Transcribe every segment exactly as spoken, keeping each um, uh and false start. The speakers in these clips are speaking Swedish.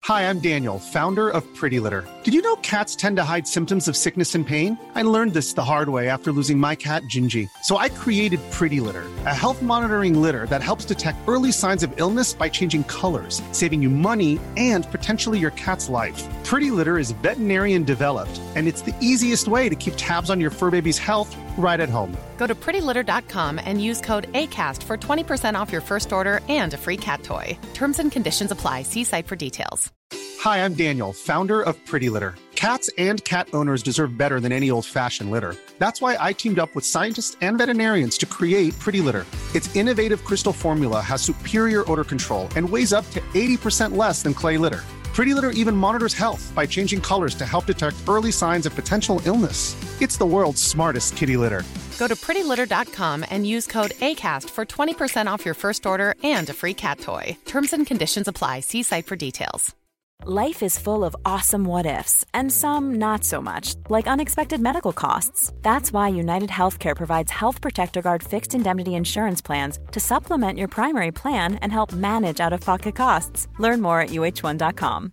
Hi, I'm Daniel, founder of Pretty Litter. Did you know cats tend to hide symptoms of sickness and pain? I learned this the hard way after losing my cat, Gingy. So I created Pretty Litter, a health monitoring litter that helps detect early signs of illness by changing colors, saving you money and potentially your cat's life. Pretty Litter is veterinarian developed, and it's the easiest way to keep tabs on your fur baby's health right at home. Go to pretty litter dot com and use code ACAST for twenty percent off your first order and a free cat toy. Terms and conditions apply. See site for details. Hi, I'm Daniel, founder of Pretty Litter. Cats and cat owners deserve better than any old-fashioned litter. That's why I teamed up with scientists and veterinarians to create Pretty Litter. Its innovative crystal formula has superior odor control and weighs up to eighty percent less than clay litter. Pretty Litter even monitors health by changing colors to help detect early signs of potential illness. It's the world's smartest kitty litter. Go to pretty litter dot com and use code ACAST for twenty percent off your first order and a free cat toy. Terms and conditions apply. See site for details. Life is full of awesome what-ifs, and some not so much, like unexpected medical costs. That's why United Healthcare provides Health Protector Guard fixed indemnity insurance plans to supplement your primary plan and help manage out-of-pocket costs. Learn more at u h one dot com.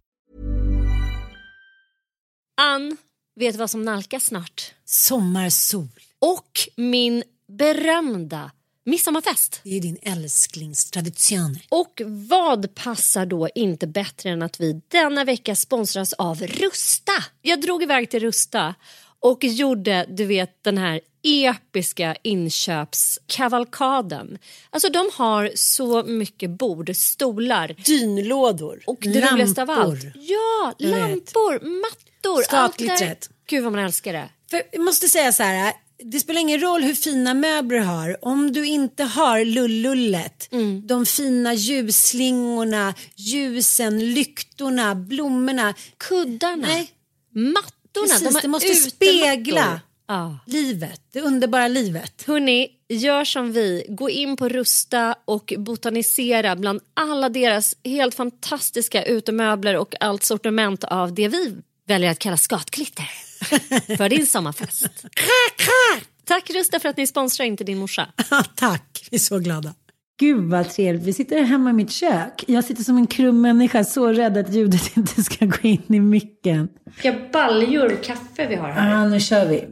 Ann, vet vad som nalkas snart? Sommarsol. Och min berömda midsommarfest. Det är din älsklingstradition. Och vad passar då inte bättre än att vi denna vecka sponsras av Rusta? Jag drog iväg till Rusta och gjorde, du vet, den här episka inköpskavalkaden. Alltså de har så mycket bord, stolar, dynlådor, och det lampor. Roligaste av allt. Ja, lampor, mattor, skatglittret. Gud vad man älskar det. För jag måste säga så här, det spelar ingen roll hur fina möbler du har. Om du inte har lullullet, mm. de fina ljusslingorna, ljusen, lyktorna, blommorna, kuddarna, nej. mattorna. Precis, de det måste spegla ah. livet, det underbara livet. Hörrni, gör som vi. Gå in på Rusta och botanisera bland alla deras helt fantastiska utemöbler och allt sortiment av det vi väljer att kalla skatglitter. För din sommarfest. Tack Rusta för att ni sponsrar Inte din morsa. Tack, vi är så glada. Gud vad trevligt, vi sitter hemma i mitt kök. Jag sitter som en krum människa, så rädd att ljudet inte ska gå in i micken. Vilka baljor kaffe vi har här. Ja, nu kör vi.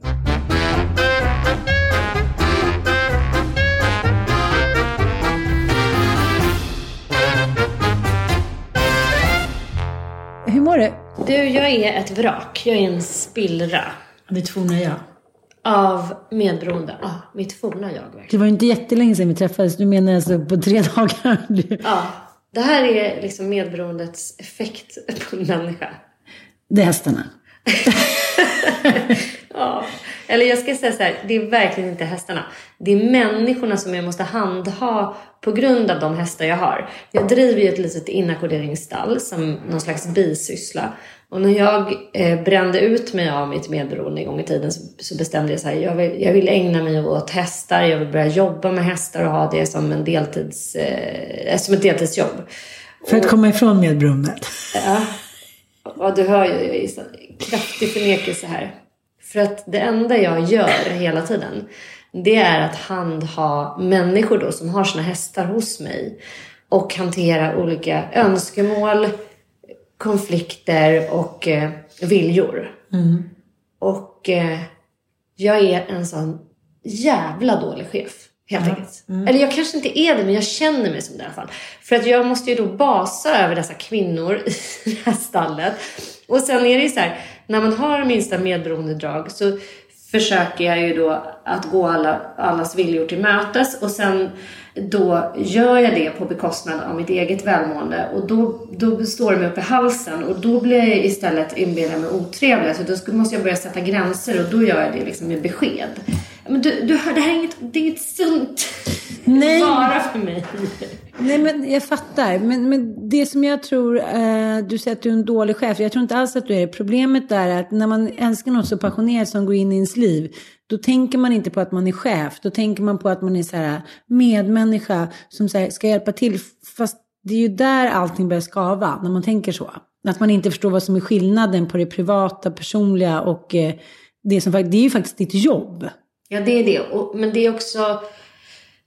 Hur mår du? Du, jag är ett vrak. Jag är en spillra. Ditt forna jag. Av medberoende. Ja, ah, mitt forna jag. Verkligen. Det var ju inte jättelänge sedan vi träffades. Du menar alltså på tre dagar? Du... Ja, det här är liksom medberoendets effekt på en människa. Det är hästarna. Ja, eller jag ska säga så här. Det är verkligen inte hästarna. Det är människorna som jag måste handha på grund av de hästar jag har. Jag driver ju ett litet inackorderingsstall som någon slags bisyssla. Och när jag eh, brände ut mig av mitt medberoende en gång i tiden så, så bestämde jag så här. Jag vill, jag vill ägna mig åt hästar. Jag vill börja jobba med hästar och ha det som, en deltids, eh, som ett deltidsjobb. För att och, komma ifrån medberoendet. Ja, och du hör ju i kraftig förnekelse här. För att det enda jag gör hela tiden, det är att handha människor då som har sina hästar hos mig. Och hantera olika önskemål, konflikter och eh, viljor. Mm. Och eh, jag är en sån jävla dålig chef. Helt mm. enkelt. Mm. Eller jag kanske inte är det, men jag känner mig som det i alla fall. För att jag måste ju då basa över dessa kvinnor i det här stallet. Och sen är det ju så här, när man har minsta medberoendedrag så försöker jag ju då att gå alla, allas viljor till mötes. Och sen då gör jag det på bekostnad av mitt eget välmående. Och då, då står det mig upp i halsen. Och då blir jag istället inbillad med otrevlig. Så då måste jag börja sätta gränser. Och då gör jag det liksom med besked. Men du, du hör, det här är inget, det är inget sunt. Nej. Bara för mig. Nej, men jag fattar. Men, men det som jag tror, eh, du säger att du är en dålig chef. Jag tror inte alls att du är det. Problemet är att när man älskar något så passionerat som går in i ens liv, då tänker man inte på att man är chef. Då tänker man på att man är så här medmänniska som så här, ska hjälpa till. Fast det är ju där allting börjar skava, när man tänker så. Att man inte förstår vad som är skillnaden på det privata, personliga och eh, det som faktiskt, det är ju faktiskt ditt jobb. Ja, det är det. Och, men det är också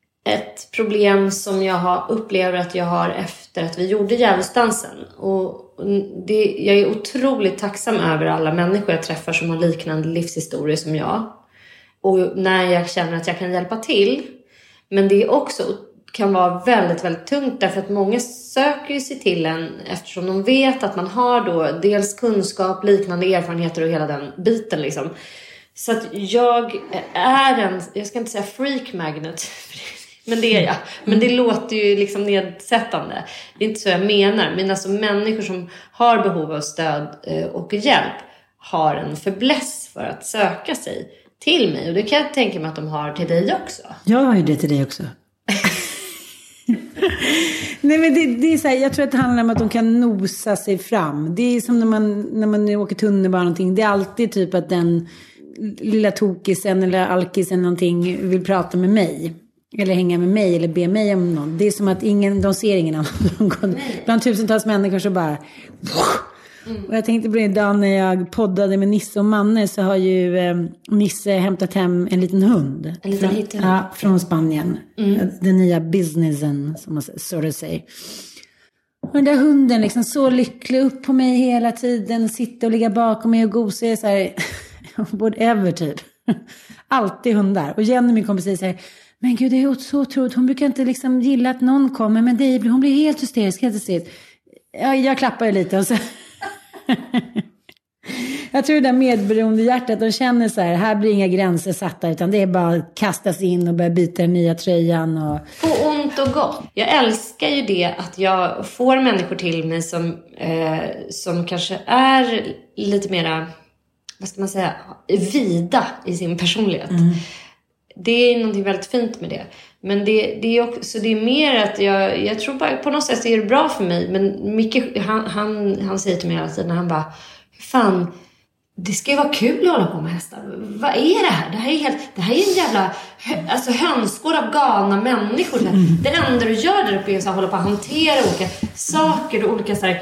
ett problem som jag har upplever att jag har efter att vi gjorde Djävulsdansen. Och det, jag är otroligt tacksam över alla människor jag träffar som har liknande livshistorier som jag. Och när jag känner att jag kan hjälpa till. Men det är också kan vara väldigt, väldigt tungt. Därför att många söker sig till en eftersom de vet att man har då dels kunskap, liknande erfarenheter och hela den biten liksom. Så att jag är en, jag ska inte säga freak magnet, men det är jag. Men det låter ju liksom nedsättande. Det är inte så jag menar. Men alltså människor som har behov av stöd och hjälp har en fäbless för att söka sig till mig. Och det kan jag tänka mig att de har till dig också. Jag har ju det till dig också. Nej, men det, det är så här, jag tror att det handlar om att de kan nosa sig fram. Det är som när man, när man åker tunnelbana någonting. Det är alltid typ att den lilla tokisen eller alkisen någonting vill prata med mig. Eller hänga med mig eller be mig om någon. Det är som att ingen, de ser ingen annan. Bland tusentals människor så bara... Mm. Och jag tänkte på det idag när jag poddade med Nisse och Manne, så har ju eh, Nisse hämtat hem en liten hund. En liten från, hitten. Ja, från Spanien. Mm. Den nya businessen, som man så att säga. Och den där hunden liksom så lycklig upp på mig hela tiden. Sitter och ligger bakom mig och gosar så här. Whatever typ. Alltid hundar. Och Jenny, min kompis, säger så här: men gud, det är så otroligt. Hon brukar inte liksom gilla att någon kommer. Men det, hon blir helt hysterisk, helt hysterisk. Jag, jag klappar ju lite och så... Jag tror det där medberoende hjärtat, de känner så här: här blir inga gränser satta, utan det är bara att kasta sig in och börja byta den nya tröjan och... På ont och gott. Jag älskar ju det att jag får människor till mig som, eh, som kanske är lite mera, vad ska man säga, vida i sin personlighet. Mm. Det är någonting väldigt fint med det. Men det, det är också, det är mer att jag, jag tror bara på något sätt är det bra för mig. Men Micke, han, han, han säger till mig hela tiden, han bara: fan, det ska ju vara kul att hålla på med hästar. Vad är det här? Det här är, helt, det här är en jävla alltså, hönsgård av galna människor. Mm. Det enda du gör där uppe är att hålla på att hantera olika saker och olika så här...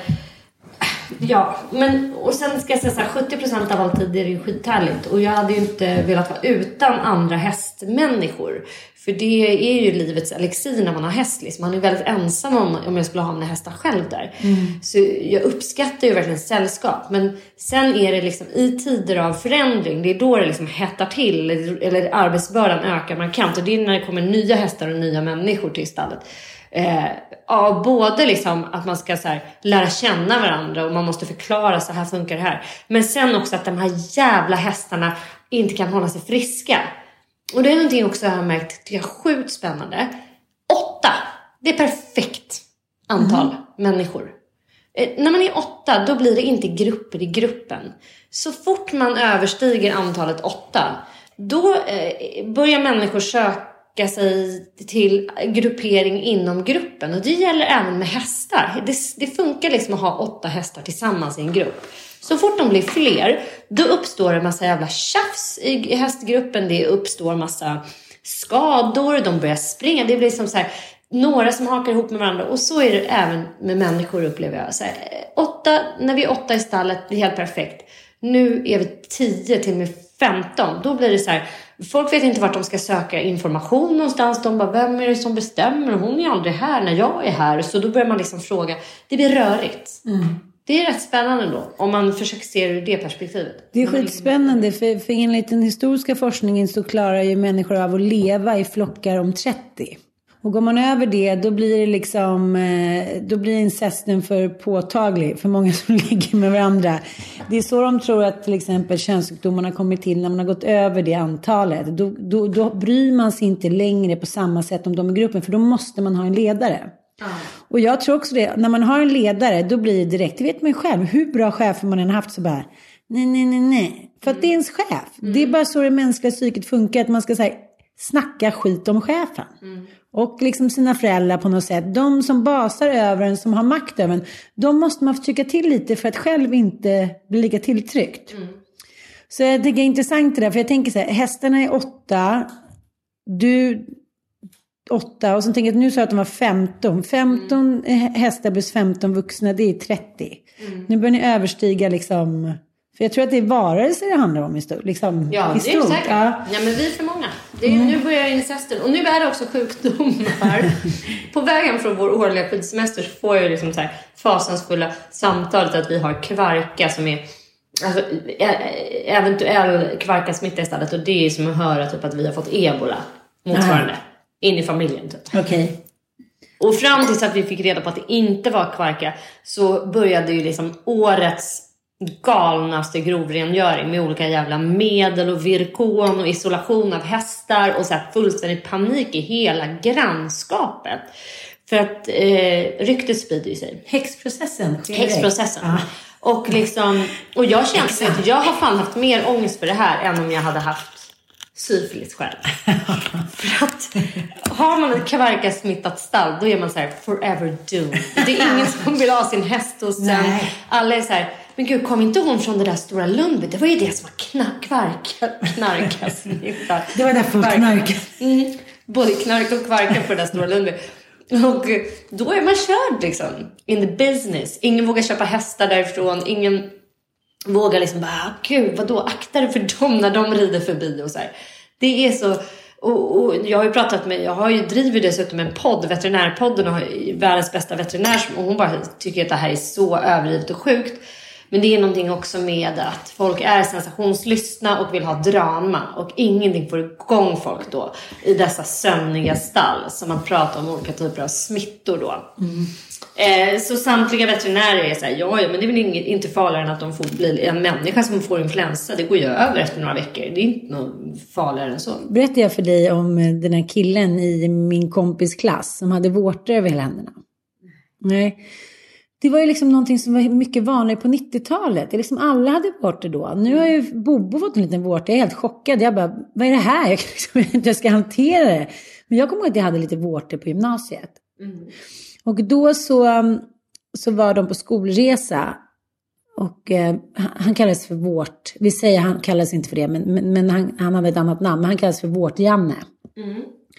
Ja, men och sen ska jag säga så här, sjuttio procent av all tid är det ju skithärligt. Och jag hade ju inte velat vara utan andra hästmänniskor. För det är ju livets elixir när man har häst liksom. Man är väldigt ensam om, om jag skulle ha mina hästar själv där. Mm. Så jag uppskattar ju verkligen sällskap. Men sen är det liksom i tider av förändring, det är då det liksom hettar till. Eller, eller arbetsbördan ökar markant. Och det är när det kommer nya hästar och nya människor till stallet. Eh, ja, både liksom att man ska så här, lära känna varandra och man måste förklara så här funkar det här. Men sen också att de här jävla hästarna inte kan hålla sig friska. Och det är någonting också jag har märkt, det är sjukt spännande. Åtta, det är perfekt antal mm. människor. Eh, när man är åtta, då blir det inte grupper i gruppen. Så fort man överstiger antalet åtta, då eh, börjar människor söka sig till gruppering inom gruppen. Och det gäller även med hästar. Det, det funkar liksom att ha åtta hästar tillsammans i en grupp. Så fort de blir fler, då uppstår en massa jävla tjafs i hästgruppen. Det uppstår massa skador. De börjar springa. Det blir som så här, några som hakar ihop med varandra. Och så är det även med människor, upplever jag. Så här, åtta, när vi är åtta i stallet, det är helt perfekt. Nu är vi tio till och med femton. Då blir det så här, folk vet inte vart de ska söka information någonstans. De bara, vem är det som bestämmer? Hon är aldrig här när jag är här. Så då börjar man liksom fråga. Det blir rörigt. Mm. Det är rätt spännande då, om man försöker se det ur det perspektivet. Det är skitspännande, för, för enligt den historiska forskningen så klarar ju människor av att leva i flockar om trettio. Och går man över det, då blir det liksom, då blir incesten för påtaglig för många som ligger med varandra. Det är så de tror att till exempel könssjukdomarna kommer till när man har gått över det antalet. Då, då, då bryr man sig inte längre på samma sätt om de i gruppen, för då måste man ha en ledare. Mm. Och jag tror också det, när man har en ledare, då blir det direkt, det vet man ju själv, hur bra chefer man än haft så bara, nej, nej, nej, nej. För att det är ens chef. Mm. Det är bara så det mänskliga psyket funkar, att man ska säga, snacka skit om chefen. Mm. Och liksom sina föräldrar på något sätt. De som basar över en, som har makt över en, de måste man få tycka till lite för att själv inte bli lika tilltryckt. Mm. Så jag tycker det är intressant det där, för jag tänker så här, hästarna är åtta, du åtta, och så tänker jag att nu sa jag att de var femton. femton mm. hästar plus femton vuxna, det är trettio. Mm. Nu börjar ni överstiga liksom... För jag tror att det är varelser det handlar om i stort. Liksom, ja, i det är stort. säkert. Ja. ja, men vi är för många. Det är, mm. Nu börjar incesten. Och nu är det också sjukdomar. På vägen från vår årliga skidsemester så får jag liksom så här fasansfulla samtalet att vi har kvarka som är alltså, eventuell kvarkasmitta istället. Och det är som att höra typ att vi har fått ebola motsvarande. Aha. In i familjen typ. Okej. Okay. Och fram tills att vi fick reda på att det inte var kvarka så började ju liksom årets galnaste grovrengöring med olika jävla medel och virkon och isolation av hästar och så här fullständig panik i hela grannskapet. För att eh, ryktet sprider sig. Häxprocessen. Häxprocessen. Ah. Och liksom, och jag känner att jag har fan haft mer ångest för det här än om jag hade haft syfilis själv. För att har man ett kvarkasmittat stall då är man så här forever doomed. Det är ingen som vill ha sin häst och sen nej. Alla är så här, men gud, kom inte hon från det där stora Lundby? Det var ju det som var kna- kvarka, knarkasmittat. Det var därför knark. Mm, både knark och kvarka på det där stora Lundby. Och då är man körd liksom in the business. Ingen vågar köpa hästar därifrån. Ingen vågar liksom bara, gud vadå, akta dig för dem när de rider förbi och så här. Det är så, och, och jag har ju pratat med, jag har ju driver dessutom en podd, veterinärpodden, och har världens bästa veterinär, och hon bara tycker att det här är så överdrivet och sjukt. Men det är någonting också med att folk är sensationslystna och vill ha drama. Och ingenting får igång folk då i dessa sömniga stall som man pratar om olika typer av smittor då. Mm. Eh, så samtliga veterinärer är så här, ja, ja men det är väl inget, inte farligare än att de får bli en människa som får influensa. Det går ju över efter några veckor. Det är inte något farligare än så. Berättade jag för dig om den här killen i min kompis klass som hade vårtor över hela händerna? Nej. Det var ju liksom någonting som var mycket vanligt på nittiotalet. Det liksom alla hade vårtor då. Nu har ju Bobo fått en liten vårta. Jag är helt chockad. Jag bara, vad är det här? Jag kan liksom inte jag ska hantera det. Men jag kommer ihåg att jag hade lite vårtor på gymnasiet. Mm. Och då så, så var de på skolresa. Och eh, han kallades för vårt. Vi säger han kallades inte för det. Men, men, men han, han hade ett annat namn. Men han kallades för vårt-Janne. Mm.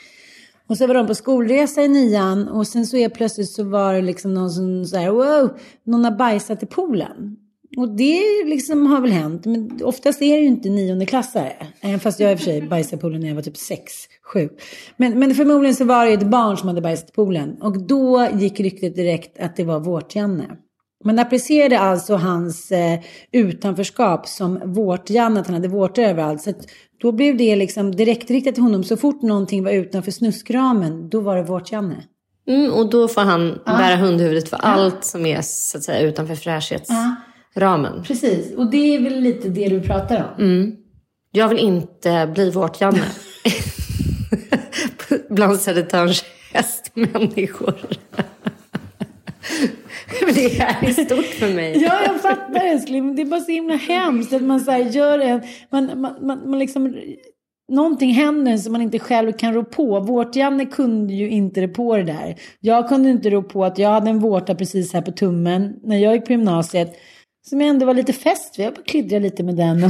Och så var de på skolresa i nian. Och sen så är plötsligt så var det liksom någon som så här, wow, någon har bajsat i poolen. Och det liksom har väl hänt. Men oftast är det ju inte niondeklassare. Även fast jag i och för sig bajsade i poolen när jag var typ sex, sju. Men, men förmodligen så var det ett barn som hade bajsat i poolen. Och då gick ryktet direkt att det var vårt-Janne. Man applicerade alltså hans eh, utanförskap som vårt-Janne. Att han hade vårtor överallt. Så att då blev det liksom direkt riktat till honom. Så fort någonting var utanför snuskramen, då var det vårt-Janne. Mm, och då får han ah. bära hundhuvudet för ah. allt som är så att säga utanför fräschhetsramen. Ah. Precis, och det är väl lite det du pratar om. Mm. Jag vill inte bli vårt-Janne. Bland Södertörns hästmänniskor. Men det här är stort för mig. Ja, jag fattar älskling. Det är bara så himla hemskt att man så här gör en... Man, man, man, man liksom... Någonting händer som man inte själv kan rå på. Vårt-Janne kunde ju inte rå på det där. Jag kunde inte rå på att jag hade en vårta precis här på tummen när jag gick på gymnasiet. Som jag ändå var lite fäst vid. Jag bara kliddade lite med den.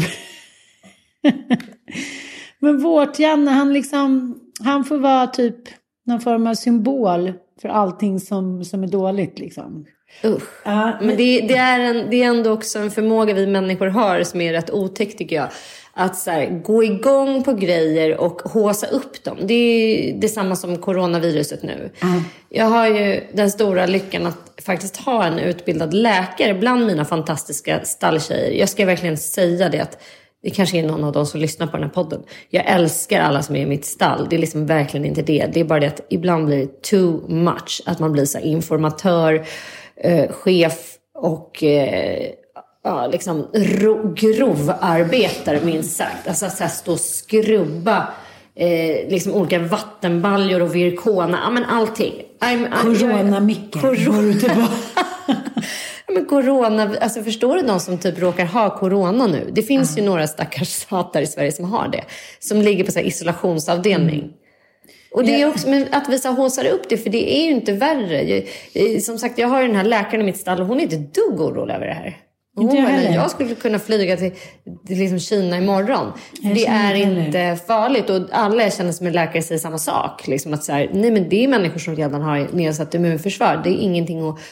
Men vårt-Janne, han liksom... Han får vara typ någon form av symbol för allting som, som är dåligt liksom. Usch. Ja, men det, det, är en, det är ändå också en förmåga vi människor har som är rätt otäckt tycker jag. Att så här, gå igång på grejer och håsa upp dem. Det är detsamma som coronaviruset nu. Mm. Jag har ju den stora lyckan att faktiskt ha en utbildad läkare bland mina fantastiska stalltjejer. Jag ska verkligen säga det att det kanske är någon av dem som lyssnar på den här podden. Jag älskar alla som är i mitt stall. Det är liksom verkligen inte det. Det är bara det att ibland blir det too much. Att man blir så här informatör, eh, chef och... Eh, Ja, liksom ro, grovarbetare minst sagt. Alltså så här, stå och skrubba eh, liksom olika vattenbaljor och virkona. Ja, men allting. Corona-Micke. Corona. Men corona, alltså förstår du de som typ råkar ha corona nu? Det finns mm. ju några stackars satar i Sverige som har det. Som ligger på så här isolationsavdelning. Mm. Och det är också, men att vi så håsar upp det, för det är ju inte värre. Jag, som sagt, jag har ju den här läkaren i mitt stall och hon är inte dugg orolig över det här. Oh, men jag skulle kunna flyga till, till liksom Kina imorgon. Det är inte farligt. Och alla jag känner som en läkare säger samma sak. Liksom att så här, nej men det är människor som redan har nedsatt immunförsvar. Det är ingenting att,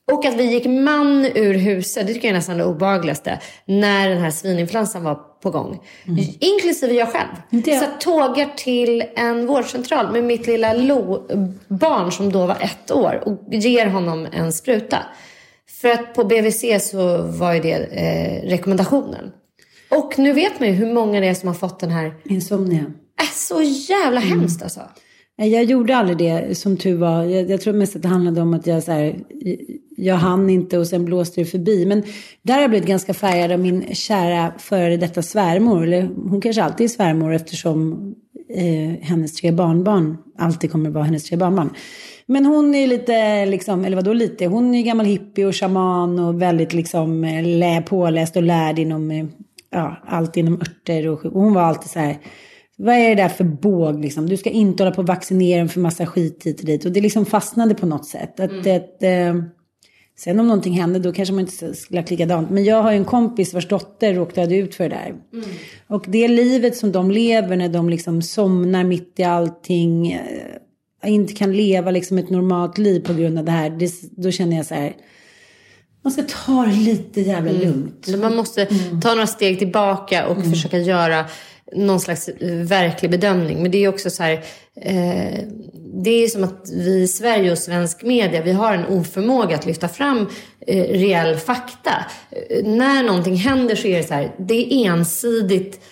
Och att vi gick man ur huset, det tycker jag är nästan det obehagligaste, när den här svininfluensan var på gång. Mm. Inklusive jag själv. Det. Så jag tågar till en vårdcentral med mitt lilla Lo-barn som då var ett år och ger honom en spruta. För att på B V C så var ju det eh, rekommendationen. Och nu vet man ju hur många det är som har fått den här... insomnia. Är så jävla mm. hemskt alltså. Jag gjorde aldrig det som tur var. Jag, jag tror mest att det handlade om att jag så här, jag hann inte och sen blåste det förbi. Men där har jag blivit ganska färgad av min kära före detta svärmor. Eller hon kanske alltid är svärmor eftersom eh, hennes tre barnbarn alltid kommer att vara hennes tre barnbarn. Men hon är lite, liksom, eller vadå lite, hon är gammal hippie och shaman och väldigt liksom lä, påläst och lärd inom, ja, allt inom örter. Och, och hon var alltid så här, vad är det där för båg liksom? Du ska inte hålla på att vaccinera för massa skit hit och dit. Och det liksom fastnade på något sätt. Att, mm. att, eh, sen om någonting hände då kanske man inte skulle ha likadant. Men jag har ju en kompis vars dotter råkade ut för det där. Mm. Och det livet som de lever när de liksom somnar mitt i allting... Eh, inte kan leva liksom ett normalt liv på grund av det här. Det, då känner jag så här... Man ska ta det lite jävla lugnt. Mm. Man måste mm. ta några steg tillbaka och mm. försöka göra någon slags verklig bedömning. Men det är också så här... Eh, det är som att vi i Sverige och svensk media, vi har en oförmåga att lyfta fram eh, reell fakta. Eh, när någonting händer så är det så här... Det är ensidigt...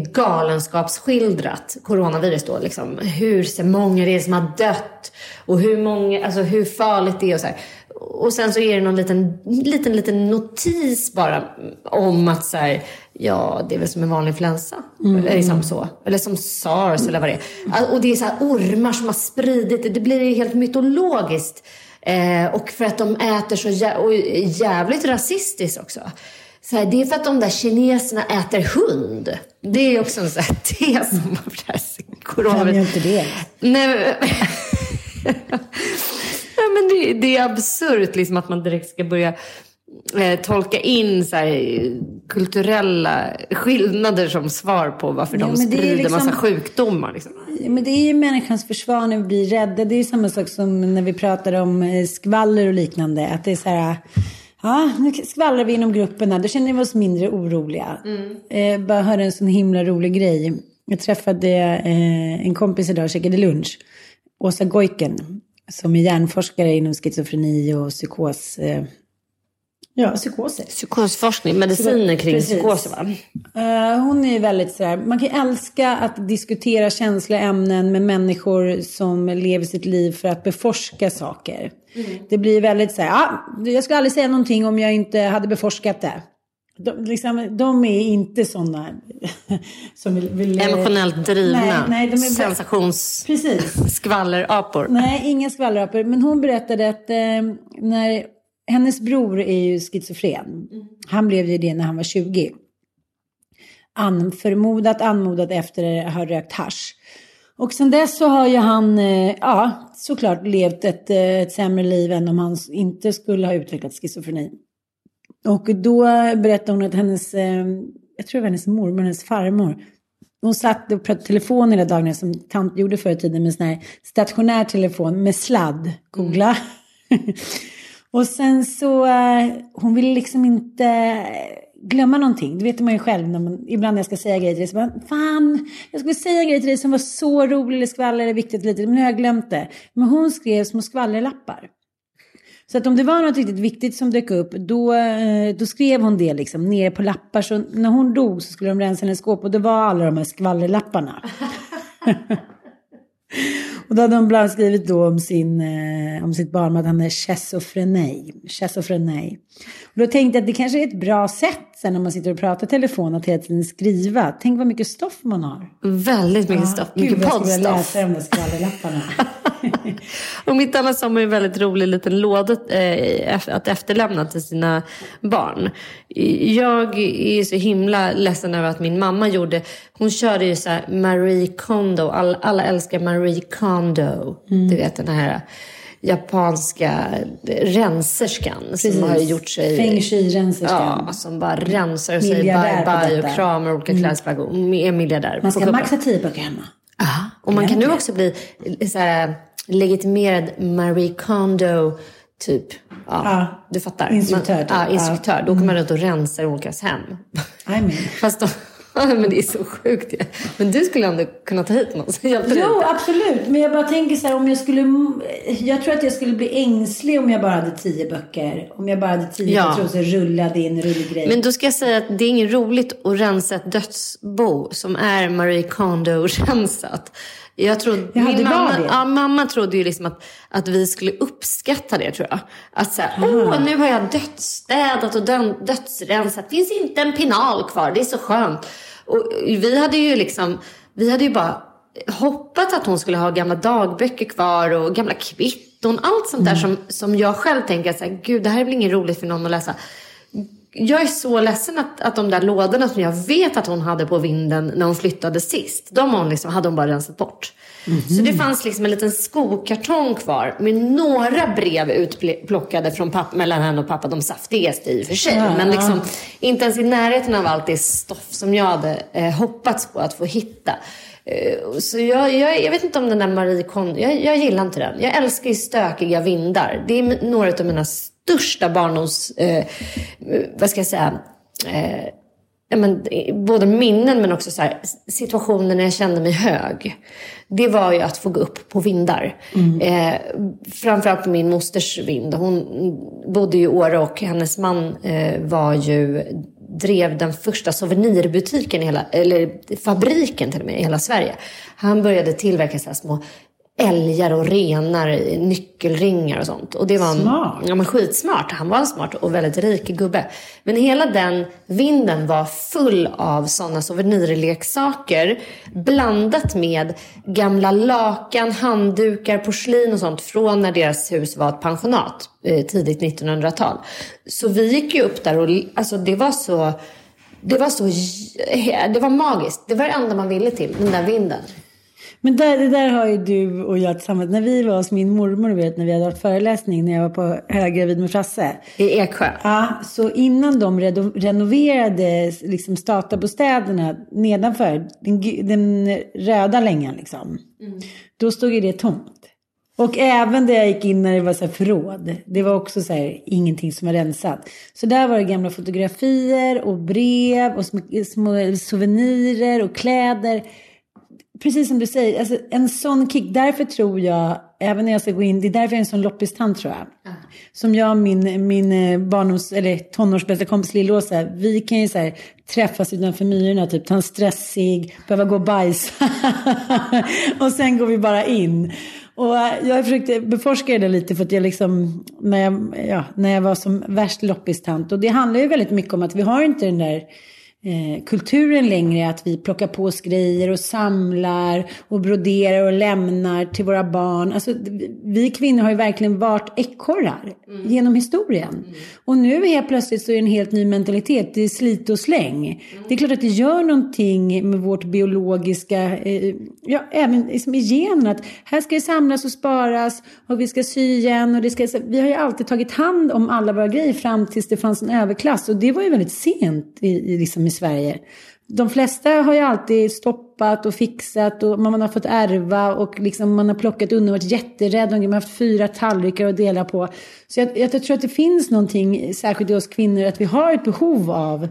galenskapsskildrat coronavirus då liksom, hur så många det är som har dött och hur många, alltså hur farligt det är och så här. Och sen så är det någon liten liten liten notis bara om att så här, ja, det är väl som en vanlig influensa mm. eller liksom så, eller som SARS mm. eller vad det är. Och det är så här ormar som har spridit det, det blir helt mytologiskt eh, och för att de äter så jä- och jävligt rasistiskt också. Så här, det är för att de där kineserna äter hund. Det är också en sån här tes som har förresten. Kan jag inte det? Nej, ja, men det, det är absurt liksom att man direkt ska börja eh, tolka in så här, kulturella skillnader som svar på varför ja, de sprider liksom, massa sjukdomar. Liksom. Men det är ju människans försvar när vi blir rädda. Det är ju samma sak som när vi pratar om skvaller och liknande. Att det är så här... Ja, nu skvallrar vi inom grupperna. Då känner vi oss mindre oroliga. Mm. Eh, bara hörde en sån himla rolig grej. Jag träffade eh, en kompis idag och käkade lunch. Åsa Goiken. Som är hjärnforskare inom schizofreni och psykos. Eh, ja, psykoser. Psykosforskning, mediciner kring Precis. psykoser va? Uh, hon är väldigt sådär. Man kan älska att diskutera känsliga ämnen med människor som lever sitt liv för att beforska saker. Mm. Det blir väldigt så här, ah, jag skulle aldrig säga någonting om jag inte hade beforskat det. De, liksom, de är inte sådana som vill, vill... emotionellt drivna. Nej, nej, de är sensations... Precis. Skvallerapor. Nej, inga skvallerapor. Men hon berättade att eh, när hennes bror är ju schizofren. Mm. Han blev ju det när han var tjugo. An, förmodat, anmodat efter att ha rökt hasch. Och sen dess så har ju han, ja, såklart levt ett, ett sämre liv än om han inte skulle ha utvecklat schizofreni. Och då berättade hon att hennes, jag tror det var hennes mormor, hennes farmor, hon satt och pratade telefon hela dagen som tant gjorde förr i tiden med sån här stationär telefon med sladd, googla. Mm. Och sen så, hon ville liksom inte... glömma någonting. Det vet man ju själv när man, ibland när jag ska säga grejer till dig så bara, fan, jag skulle säga grejer till dig som var så rolig eller skvaller eller viktigt lite, men nu har jag glömt det. Men hon skrev små skvallerlappar. Så att om det var något riktigt viktigt som dök upp, då, då skrev hon det liksom ner på lappar. Så när hon dog så skulle de rensa hennes skåp och det var alla de här skvallerlapparna. Och då hade de bland annat skrivit då om, sin, eh, om sitt barn att han är schizofreni. schizofreni. Och då tänkte jag att det kanske är ett bra sätt sen när man sitter och pratar telefon att hela tiden skriva. Tänk vad mycket stoff man har. Väldigt mycket ja, stoff. Mycket poddstoff. Jag skulle läsa de där skvallerlapparna. Och mitt annat som är en väldigt rolig liten låda eh, att efterlämna till sina barn. Jag är så himla ledsen över att min mamma gjorde, hon körde ju så här Marie Kondo, alla, alla älskar Marie Kondo, mm. du vet den här japanska renserskan. Precis. Som har gjort sig Feng Shui-renserskan. Ja, som bara rensar sig bye bye och kramar olika mm. klädesplagg och är miljardär. Man ska maxa tio böcker hemma. Ja, och man kan nu också bli så här legitimerad Marie Kondo typ. Ja, ja. Du fattar. Instruktör. Man, ja, instruktör. Ja. Då kommer man runt och rensar olika hem. Amen. Fast då, men det är så sjukt. Ja. Men du skulle ändå kunna ta hit någon. Så jo, lite. absolut. Men jag bara tänker så här, om jag skulle... Jag tror att jag skulle bli ängslig om jag bara hade tio böcker. Om jag bara hade tio ja. trosor rullade in rullgrej. Men då ska jag säga att det är inget roligt att rensa ett dödsbo som är Marie Kondo-rensat. Jag trodde, ja, min mamma, det. ja, mamma trodde ju liksom att, att vi skulle uppskatta det, tror jag. Att säga, åh, nu har jag dödsstädat och dö- dödsrensat. Finns inte en pinal kvar, det är så skönt. Och vi hade ju liksom, vi hade ju bara hoppats att hon skulle ha gamla dagböcker kvar och gamla kvitton. Allt sånt där mm. som, som jag själv tänker så här, gud, det här är väl ingen roligt för någon att läsa. Jag är så ledsen att, att de där lådorna som jag vet att hon hade på vinden när hon flyttade sist, de hon liksom, hade hon bara rensat bort. Mm-hmm. Så det fanns liksom en liten skokartong kvar med några brev utplockade från pappa, mellan henne och pappa, de saftigaste i och för sig. Ja, men liksom ja. Inte ens i närheten av allt det stoff som jag hade eh, hoppats på att få hitta. Eh, så jag, jag, jag vet inte om den där Marie Kondo, jag, jag gillar inte den. Jag älskar ju stökiga vindar. Det är några av mina största barndoms, eh, vad ska jag säga, eh, ja, men, både minnen men också så här, situationer när jag kände mig hög. Det var ju att få gå upp på vindar. Mm. Eh, framförallt på min mosters vind. Hon bodde ju i Åre och hennes man eh, var ju, drev den första souvenirbutiken i hela, eller fabriken till och med i hela Sverige. Han började tillverka så här små älgar och renar, nyckelringar och sånt. Och det var en, smart. Ja, men skitsmart. Han var en smart och väldigt rik gubbe. Men hela den vinden var full av sådana souvenirleksaker blandat med gamla lakan, handdukar, porslin och sånt från när deras hus var ett pensionat eh, tidigt nittonhundratal. Så vi gick ju upp där och alltså det var så det var så det var magiskt. Det var det enda man ville till, den där vinden. Men där, det där har ju du och jag tillsammans. När vi var hos min mormor, vet, när vi hade varit föreläsning, när jag var på Höggravid med Frasse. I Eksjö. Ja, så innan de re- renoverade liksom Statabostäderna nedanför, den, den röda längan liksom. Mm. Då stod ju det tomt. Och även där jag gick in när det var så här förråd. Det var också så här, ingenting som var rensat. Så där var det gamla fotografier och brev och små, små souvenirer och kläder. Precis som du säger, alltså en sån kick, därför tror jag, även när jag ska gå in, det är därför jag är en sån loppistant tror jag. Mm. Som jag och min, min barndoms, eller tonårsbästa kompis Lillåsa, vi kan ju så här träffas utanför myrorna, typ ta en stressig, behöva gå och bajsa. Och sen går vi bara in. Och jag försökte beforska det lite för att jag liksom, när jag, ja, när jag var som värst loppistant. Och det handlar ju väldigt mycket om att vi har inte den där Eh, kulturen längre, att vi plockar på oss grejer och samlar och broderar och lämnar till våra barn. Alltså, vi kvinnor har ju verkligen varit ekorrar mm. genom historien. Mm. Och nu helt plötsligt så är det en helt ny mentalitet. Det är slit och släng. Mm. Det är klart att det gör någonting med vårt biologiska, eh, ja, även liksom i genen, att här ska det samlas och sparas och vi ska sy igen. Och det ska, vi har ju alltid tagit hand om alla våra grejer fram tills det fanns en överklass. Och det var ju väldigt sent i, i liksom i Sverige. De flesta har ju alltid stoppat och fixat och man har fått ärva och liksom man har plockat undan och varit jätterädd. Man har haft fyra tallrikar att dela på. Så jag, jag tror att det finns någonting, särskilt i oss kvinnor, att vi har ett behov av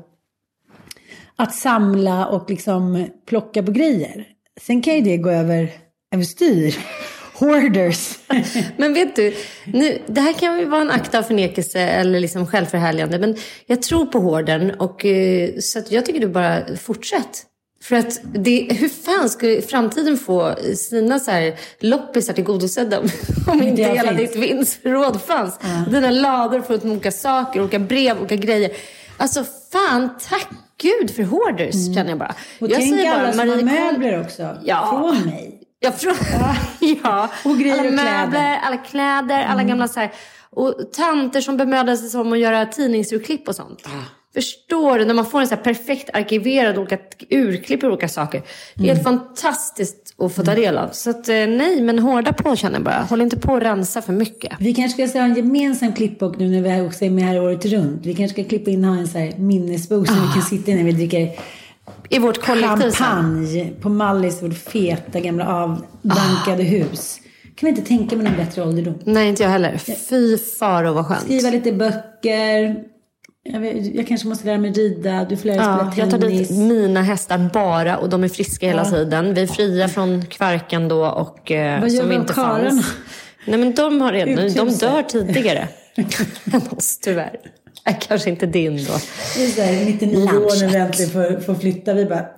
att samla och liksom plocka på grejer. Sen kan ju det gå över, över styr. Hoarders. Men vet du, nu, det här kan ju vara en akt av förnekelse eller liksom självförhärligande, men jag tror på hoardern och så att jag tycker du bara fortsätt. För att det, hur fan ska framtiden få sina så här loppisar tillgodosedda om inte hela ditt vinstförråd fanns? Ja. Dina lador för att olika saker, olika brev, olika grejer. Alltså fan, tack Gud för hoarders, mm. känner jag bara. Och jag tänk säger bara, alla som Marie har möbler också, ja. från mig. Jag tror, ja. ja. Och grejer alla och möbler, kläder. alla kläder, alla mm. gamla så här. Och tanter som bemödade sig om att göra tidningsurklipp och sånt. Ah. Förstår du, när man får en så här perfekt arkiverad olika urklipp och olika saker. Det är mm. helt fantastiskt att få ta del av. Så att nej, men hårda på känner jag bara. Håll inte på att rensa för mycket. Vi kanske ska ha en gemensam klippbok nu när vi också är med här året runt. Vi kanske ska klippa in och ha en så här minnesbok som ah. vi kan sitta i när vi dricker i vårt kollektiv champagne på Mallis, vårt feta gamla avdankade ah. hus. kan vi inte tänka mig någon bättre ålderdom. Nej, inte jag heller. Fy far och vad skönt. Skriva lite böcker. Jag, vet, jag kanske måste lära mig rida. Du får lära dig ja, spela tennis. Jag tar dit mina hästar bara och de är friska hela ja. tiden. Vi är fria från kvarken då och eh, vad gör som vi inte kararna? fanns. Nej, men de har redan, de dör tidigare än oss tyvärr. Kanske inte din då. Det är så här, nittionio år när vi äntligen får, får flytta. Vi bara...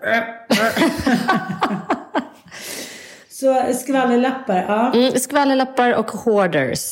Så skvallerlappar, ja. Mm, skvallerlappar och hoarders.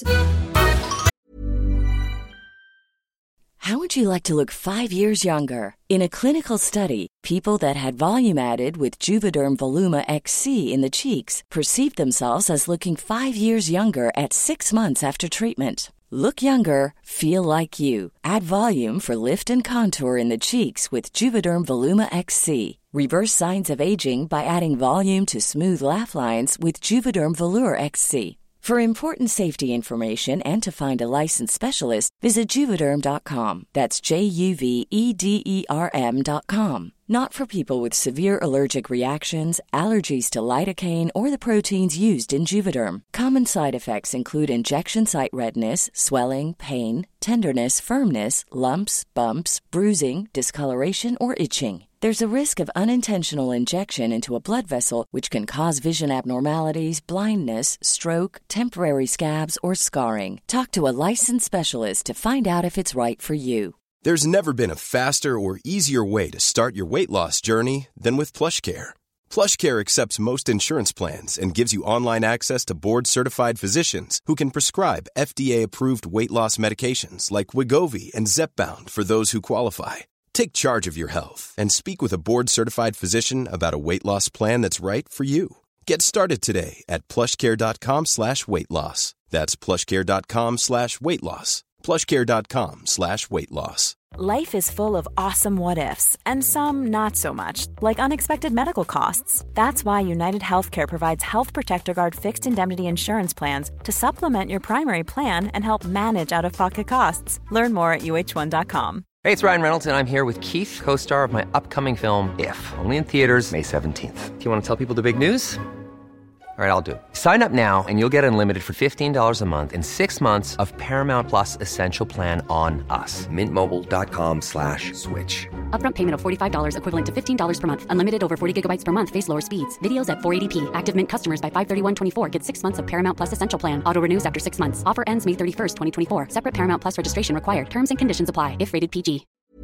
How would you like to look five years younger? In a clinical study, people that had volume added with Juvederm Voluma X C in the cheeks perceived themselves as looking five years younger at six months after treatment. Look younger, feel like you. Add volume for lift and contour in the cheeks with Juvederm Voluma X C. Reverse signs of aging by adding volume to smooth laugh lines with Juvederm Volure X C. For important safety information and to find a licensed specialist, visit Juvederm dot com. That's J U V E D E R M dot com. Not for people with severe allergic reactions, allergies to lidocaine, or the proteins used in Juvederm. Common side effects include injection site redness, swelling, pain, tenderness, firmness, lumps, bumps, bruising, discoloration, or itching. There's a risk of unintentional injection into a blood vessel, which can cause vision abnormalities, blindness, stroke, temporary scabs, or scarring. Talk to a licensed specialist to find out if it's right for you. There's never been a faster or easier way to start your weight loss journey than with PlushCare. PlushCare accepts most insurance plans and gives you online access to board-certified physicians who can prescribe F D A-approved weight loss medications like Wegovy and Zepbound for those who qualify. Take charge of your health and speak with a board-certified physician about a weight loss plan that's right for you. Get started today at plushcare.com slash weight loss. That's plushcare.com slash weight loss. plushcare.com slash weight loss. Life is full of awesome what-ifs, and some not so much, like unexpected medical costs. That's why United Healthcare provides Health Protector Guard fixed indemnity insurance plans to supplement your primary plan and help manage out-of-pocket costs. Learn more at U H one dot com. Hey, it's Ryan Reynolds, and I'm here with Keith, co-star of my upcoming film, If, only in theaters May seventeenth. Do you want to tell people the big news? All right, I'll do it. Sign up now and you'll get unlimited for fifteen dollars a month and six months of Paramount Plus Essential Plan on us. Mint Mobile dot com slash switch. Upfront payment of forty-five dollars equivalent to fifteen dollars per month. Unlimited over forty gigabytes per month. Face lower speeds. Videos at four eighty p. Active Mint customers by five thirty-one twenty-four get six months of Paramount Plus Essential Plan. Auto renews after six months. Offer ends May thirty-first, twenty twenty-four. Separate Paramount Plus registration required. Terms and conditions apply if rated P G.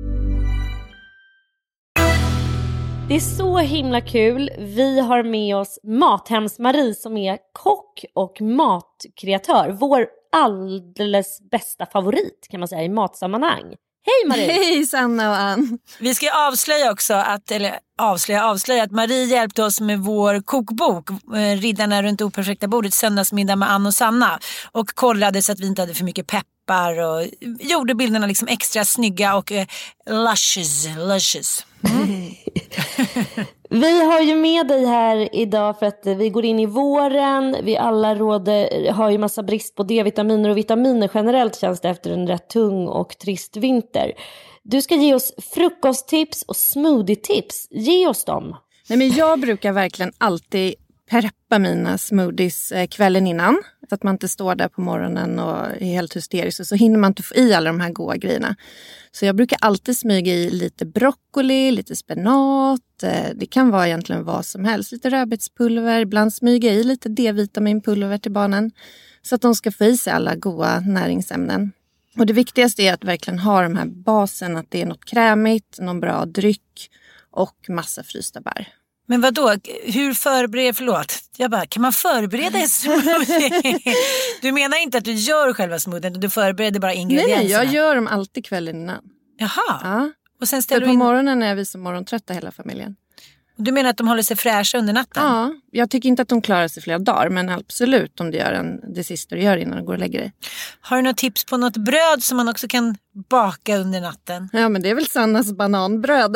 Det är så himla kul. Vi har med oss Mathems-Marie som är kock och matkreatör. Vår alldeles bästa favorit kan man säga i matsammanhang. Hej Marie! Hej Sanna och Ann! Vi ska avslöja också, att, eller avslöja, avslöja att Marie hjälpte oss med vår kokbok Riddarna runt operfekta bordet, söndagsmiddag med Ann och Sanna. Och kollade så att vi inte hade för mycket peppar och gjorde bilderna liksom extra snygga och eh, luscious, luscious. Mm. Vi har ju med dig här idag för att vi går in i våren. Vi alla råder, har ju massa brist på D-vitaminer och vitaminer generellt, känns det efter en rätt tung och trist vinter. Du ska ge oss frukosttips och smoothie-tips. Ge oss dem. Nej, men jag brukar verkligen alltid preppa mina smoothies kvällen innan. Så att man inte står där på morgonen och är helt hysterisk. Och så hinner man inte få i alla de här goda grejerna. Så jag brukar alltid smyga i lite broccoli, lite spenat. Det kan vara egentligen vad som helst. Lite rödbetspulver. Ibland smyga i lite D-vitaminpulver till barnen. Så att de ska få i sig alla goda näringsämnen. Och det viktigaste är att verkligen ha de här basen. Att det är något krämigt, någon bra dryck och massa frysta bär. Men vad då? Hur förbereder, förlåt, jag bara, kan man förbereda en smoothie? Du menar inte att du gör själva smoothien, du förbereder bara ingredienserna? Nej, nej, jag gör dem alltid kvällen innan. Jaha, ja. Och sen ställer För du in... på morgonen är vi så morgontrötta hela familjen. Du menar att de håller sig fräscha under natten? Ja, jag tycker inte att de klarar sig flera dagar, men absolut om du gör en, det sista du gör innan du går och lägger dig. Har du några tips på något bröd som man också kan baka under natten? Ja, men det är väl Sannas bananbröd.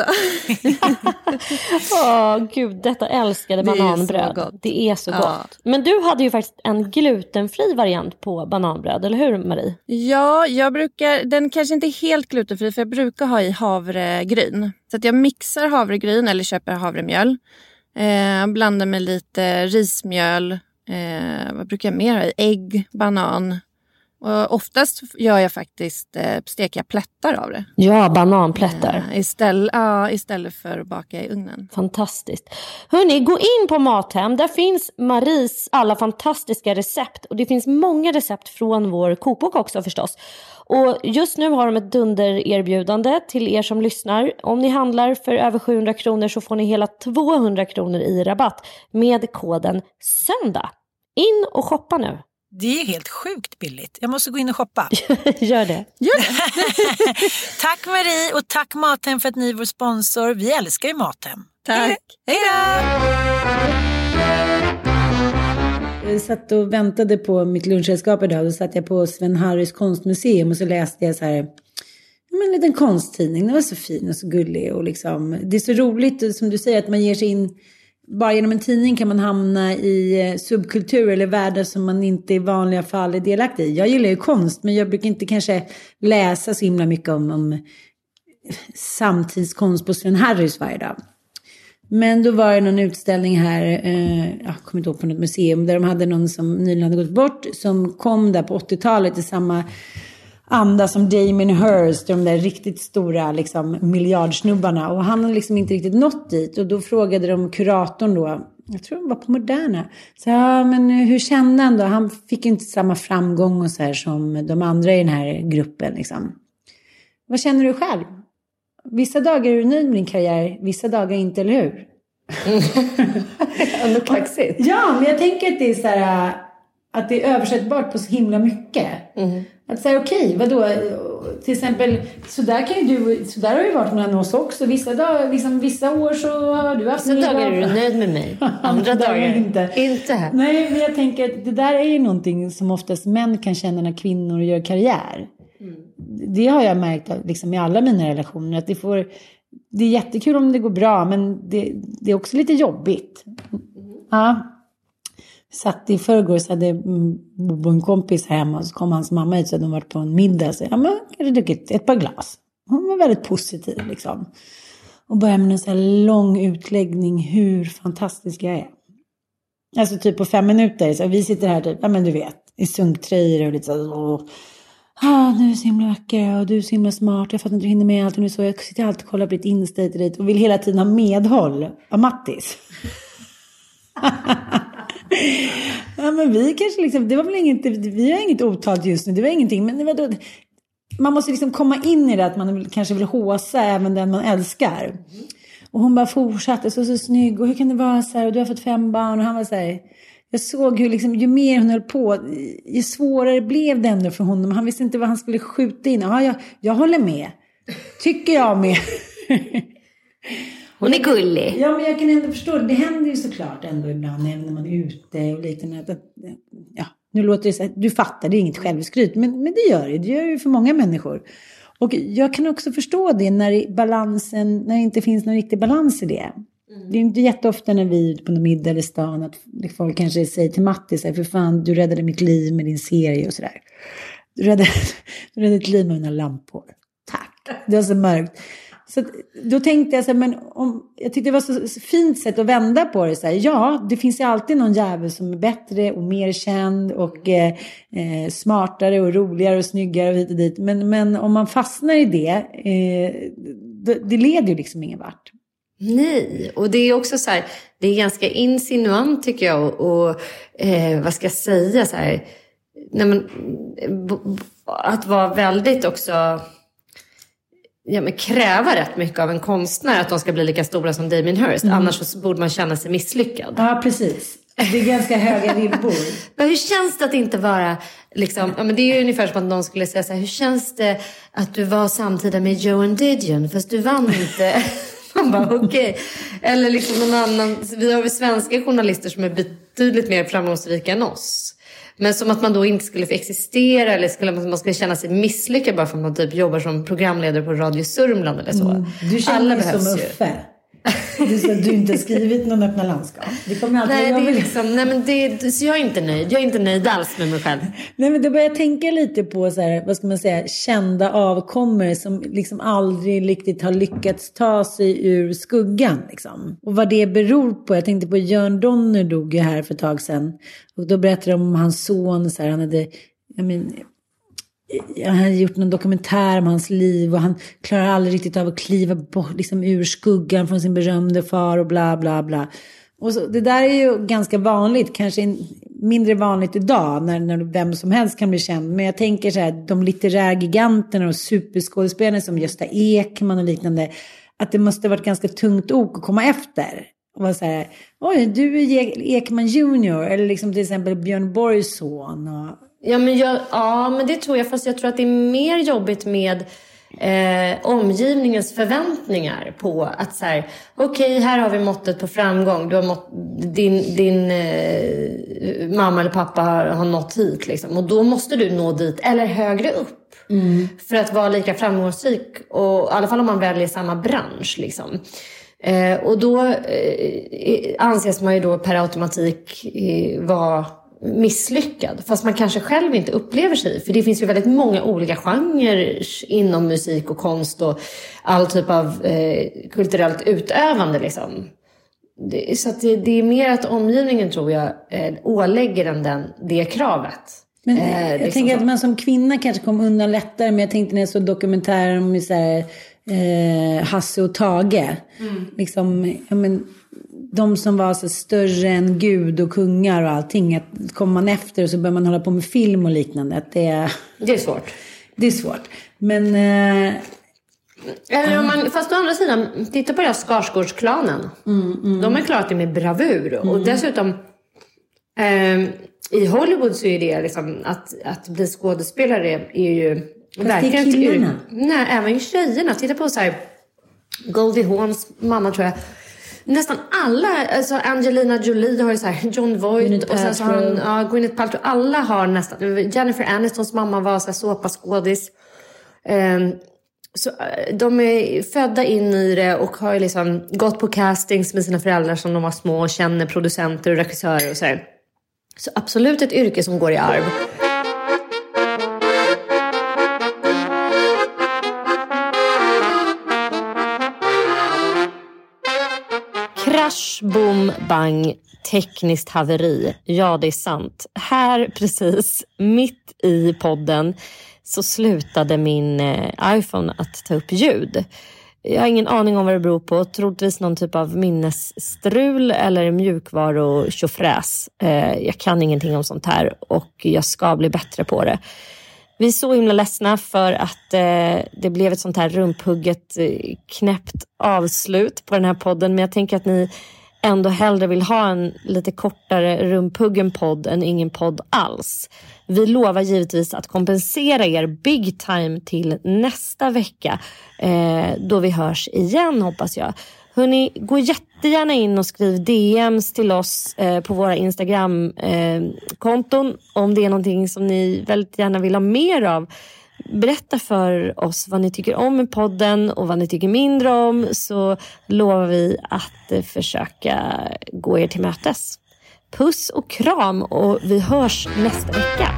Åh, oh, gud, detta älskade bananbröd. Det är så gott. Det är så ja. gott. Men du hade ju faktiskt en glutenfri variant på bananbröd, eller hur Marie? Ja, jag brukar, den kanske inte är helt glutenfri, för jag brukar ha i havregryn. Så att jag mixar havregryn eller köper havremjöl. Eh, blandar med lite rismjöl, Eh, vad brukar jag mer ha i? Ägg, banan. Och oftast gör jag faktiskt eh, stekiga plättar av det. Ja, bananplättar. Eh, istället, ja, istället för att baka i ugnen. Fantastiskt. Hörrni, gå in på Mathem. Där finns Maries alla fantastiska recept. Och det finns många recept från vår kokbok också förstås. Och just nu har de ett dundererbjudande till er som lyssnar. Om ni handlar för över sjuhundra kronor så får ni hela tvåhundra kronor i rabatt med koden SÖNDAG. In och shoppa nu. Det är helt sjukt billigt. Jag måste gå in och shoppa. Gör det. Gör det. Tack Marie och tack Mathem för att ni är vår sponsor. Vi älskar ju Mathem. Tack. Hej då! Jag satt och väntade på mitt lunchsällskap idag. Då satt jag på Sven Harrys konstmuseum och så läste jag så här... en liten konsttidning. Den var så fin och så gullig. Och liksom, det är så roligt som du säger att man ger sig in... Bara genom en tidning kan man hamna i subkultur eller världar som man inte i vanliga fall är delaktig i. Jag gillar ju konst, men jag brukar inte kanske läsa så himla mycket om, om samtidskonst på Sven Harrys varje dag. Men då var det någon utställning här, eh, jag kommer inte ihåg, på något museum, där de hade någon som nyligen hade gått bort, som kom där på åttiotalet i samma anda som Damien Hirst, de där riktigt stora liksom, miljardsnubbarna. Och han hade liksom inte riktigt nått dit. Och då frågade de kuratorn då, jag tror de var på Moderna. Så ja, men hur kände han då? Han fick inte samma framgång och så här som de andra i den här gruppen. Liksom. Vad känner du själv? Vissa dagar är du nöjd med din karriär, vissa dagar inte, eller hur? Ändå kaxigt. Ja, men jag tänker att det är så här... Att det är översättbart på så himla mycket. Mm. Att säga okej, okay, vadå? Till exempel, så där kan ju du, så där har ju varit med oss också. Vissa dagar, liksom, vissa år så har du haft... Vissa dagar är du nöjd med mig. Andra dagar inte. Inte här. Nej, men jag tänker att det där är ju någonting som oftast män kan känna när kvinnor gör karriär. Mm. Det har jag märkt liksom, i alla mina relationer. Att det får... Det är jättekul om det går bra, men det, det är också lite jobbigt. Mm. Ja. Satt i förrgår så hade Bobo en kompis hemma och så kom hans mamma ut så hade de varit på en middag. Så ja, men kanske druckit ett par glas. Hon var väldigt positiv liksom. Och började med en så här lång utläggning hur fantastisk jag är. Alltså typ på fem minuter. Så vi sitter här typ, ja men du vet, i sunktröjor och lite så. Och, ah, du är så himla vacker och du är så himla smart. Jag fattar inte hur du hinner med allt. Och nu så, jag sitter alltid och kollar på ditt Insta och dit. Och vill hela tiden ha medhåll av Mattis. Ja, men vi kanske liksom, det var väl inget, vi har inget otalt just nu, det var ingenting, men det var då, man måste liksom komma in i det att man kanske vill håsa även den man älskar. Mm. Och hon bara fortsatte, så så snygg, och hur kan det vara så här, och du har fått fem barn, och han var så här, jag såg hur liksom, ju mer hon höll på, ju svårare blev det ändå för honom, han visste inte vad han skulle skjuta in. Ja, jag, jag håller med, tycker jag med. Hon är gullig. Ja, men jag kan ändå förstå. Det händer ju såklart ändå ibland även när man är ute och lite. Att, ja, nu låter det så här, du fattar, det är inget självskryt. Men, men det gör det. Det gör ju för många människor. Och jag kan också förstå det när balansen, när det inte finns någon riktig balans i det. Mm. Det är inte jätteofta när vi är på någon middag eller stan att folk kanske säger till Matti så här, för fan, du räddade mitt liv med din serie och sådär. Du räddade, du räddade ett liv med mina lampor. Tack. Det var så mörkt. Så då tänkte jag så här, men om, jag tyckte det var så, så fint sätt att vända på det. Så här, ja, det finns ju alltid någon jävel som är bättre och mer känd och eh, eh, smartare och roligare och snyggare och hit och dit. Men, men om man fastnar i det, eh, det, det leder ju liksom ingen vart. Nej, och det är också så här, det är ganska insinuant tycker jag. Och, och eh, vad ska jag säga så här, när man, att vara väldigt också... Ja, men kräva rätt mycket av en konstnär att de ska bli lika stora som Damien Hirst. Mm. Annars så borde man känna sig misslyckad. Ja, precis. Det är ganska höga ribbor. Men hur känns det att inte vara liksom, ja, men det är ju ungefär som att någon skulle säga så här, hur känns det att du var samtida med Joan Didion fast du vann inte? Man bara okej. Okay. Eller liksom någon annan, vi har ju svenska journalister som är betydligt mer framgångsrika än oss. Men som att man då inte skulle få existera eller skulle man skulle känna sig misslyckad bara för att man typ jobbar som programledare på Radio Sörmland eller så. Mm, du känner Alla som Uffe. Du sa att du inte har skrivit någon öppna landskap. Det kommer alltid nej, jag det är vill... liksom, nej, men det, så jag är inte nöjd. Jag är inte nöjd alls med mig själv. Nej, men då börjar jag tänka lite på så här, vad ska man säga, kända avkommor som liksom aldrig riktigt har lyckats ta sig ur skuggan. Liksom. Och vad det beror på. Jag tänkte på Jörn Donner dog ju här för ett tag sedan. Och då berättade de om hans son. Så här, han hade... Jag men, han hade gjort någon dokumentär om hans liv och han klarar aldrig riktigt av att kliva bort, liksom, ur skuggan från sin berömde far och bla bla bla. Och så, det där är ju ganska vanligt, kanske mindre vanligt idag när, när vem som helst kan bli känd. Men jag tänker så här, de litterära giganterna och superskådespelarna som Gösta Ekman och liknande, att det måste ha varit ganska tungt ok att komma efter. Och vara så här, oj, du är Ekman junior eller liksom till exempel Björn Borgs son och... Ja men, jag, ja, men det tror jag. Fast jag tror att det är mer jobbigt med eh, omgivningens förväntningar på att så här, okej, okay, här har vi måttet på framgång. Du har mått, din din eh, mamma eller pappa har, har nått hit. Liksom. Och då måste du nå dit eller högre upp. Mm. För att vara lika framgångsrik. Och, i alla fall om man väljer samma bransch. Liksom. Eh, och då eh, anses man ju då per automatik eh, vara misslyckad. Fast man kanske själv inte upplever sig. För det finns ju väldigt många olika genrer inom musik och konst och all typ av eh, kulturellt utövande liksom. Det, så att det, det är mer att omgivningen tror jag eh, ålägger den, den det kravet. Men eh, jag liksom tänker så. Att man som kvinna kanske kom undan lättare. Men jag tänkte när jag såg dokumentärer om så här, eh, Hasse och Tage. Mm. Liksom, ja men de som var så större än Gud och kungar och allting, att kommer man efter och så börjar man hålla på med film och liknande, att det är... Det är svårt. Det är svårt. Men... Eh... Eller om man, fast å andra sidan, titta på det här Skarsgårdsklanen. Mm, mm. De har klarat det med bravur. Mm. Och dessutom, eh, i Hollywood så är det liksom, att, att bli skådespelare är ju... Fast verkligen det är killarna. Nej, även tjejerna. Titta på så här, Goldie Hawns mamma tror jag. Nästan alla, alltså Angelina Jolie har ju så här, John Voight och sen så har han, ja, Gwyneth Paltrow, alla har nästan, Jennifer Anistons mamma var så här såpaskådis. Um, så de är födda in i det och har ju liksom gått på castings med sina föräldrar som de var små och känner producenter och regissörer och så här. Så absolut ett yrke som går i arv. Krasch, boom, bang, tekniskt haveri. Ja, det är sant. Här precis, mitt i podden, så slutade min eh, iPhone att ta upp ljud. Jag har ingen aning om vad det beror på. Troligtvis någon typ av minnesstrul eller mjukvaro tjofräs. Eh, jag kan ingenting om sånt här och jag ska bli bättre på det. Vi är så himla ledsna för att eh, det blev ett sånt här rumphugget eh, knäppt avslut på den här podden. Men jag tänker att ni ändå hellre vill ha en lite kortare rumphuggen podd än ingen podd alls. Vi lovar givetvis att kompensera er big time till nästa vecka. Eh, då vi hörs igen, hoppas jag. Hörrni, gå jättegärna in och skriv D Ms till oss eh, på våra Instagram-konton. Eh, om det är någonting som ni väldigt gärna vill ha mer av. Berätta för oss vad ni tycker om i podden och vad ni tycker mindre om. Så lovar vi att eh, försöka gå er till mötes. Puss och kram och vi hörs nästa vecka.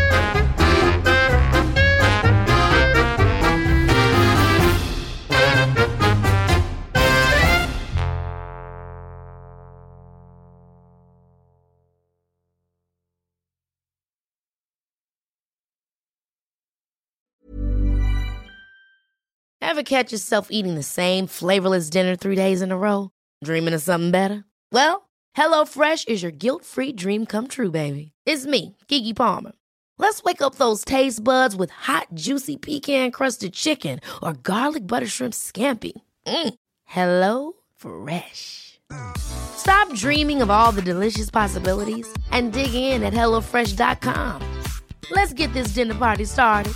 Ever catch yourself eating the same flavorless dinner three days in a row? Dreaming of something better? Well, HelloFresh is your guilt-free dream come true, baby. It's me, Keke Palmer. Let's wake up those taste buds with hot, juicy pecan-crusted chicken or garlic butter shrimp scampi. Mm. Hello Fresh. Stop dreaming of all the delicious possibilities and dig in at hello fresh dot com. Let's get this dinner party started.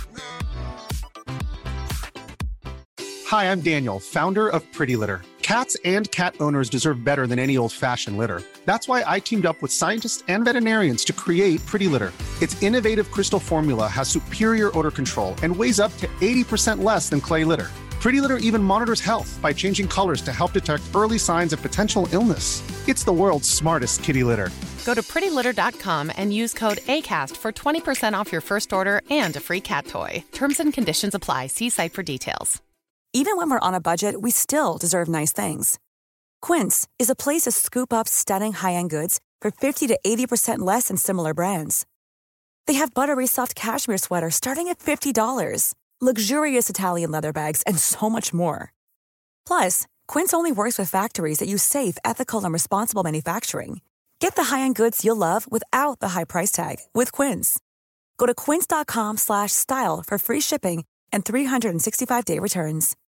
Hi, I'm Daniel, founder of Pretty Litter. Cats and cat owners deserve better than any old-fashioned litter. That's why I teamed up with scientists and veterinarians to create Pretty Litter. Its innovative crystal formula has superior odor control and weighs up to eighty percent less than clay litter. Pretty Litter even monitors health by changing colors to help detect early signs of potential illness. It's the world's smartest kitty litter. Go to pretty litter dot com and use code ACAST for twenty percent off your first order and a free cat toy. Terms and conditions apply. See site for details. Even when we're on a budget, we still deserve nice things. Quince is a place to scoop up stunning high-end goods for fifty to eighty percent less than similar brands. They have buttery soft cashmere sweaters starting at fifty dollars, luxurious Italian leather bags, and so much more. Plus, Quince only works with factories that use safe, ethical, and responsible manufacturing. Get the high-end goods you'll love without the high price tag with Quince. Go to quince dot com slash style for free shipping and three sixty-five day returns.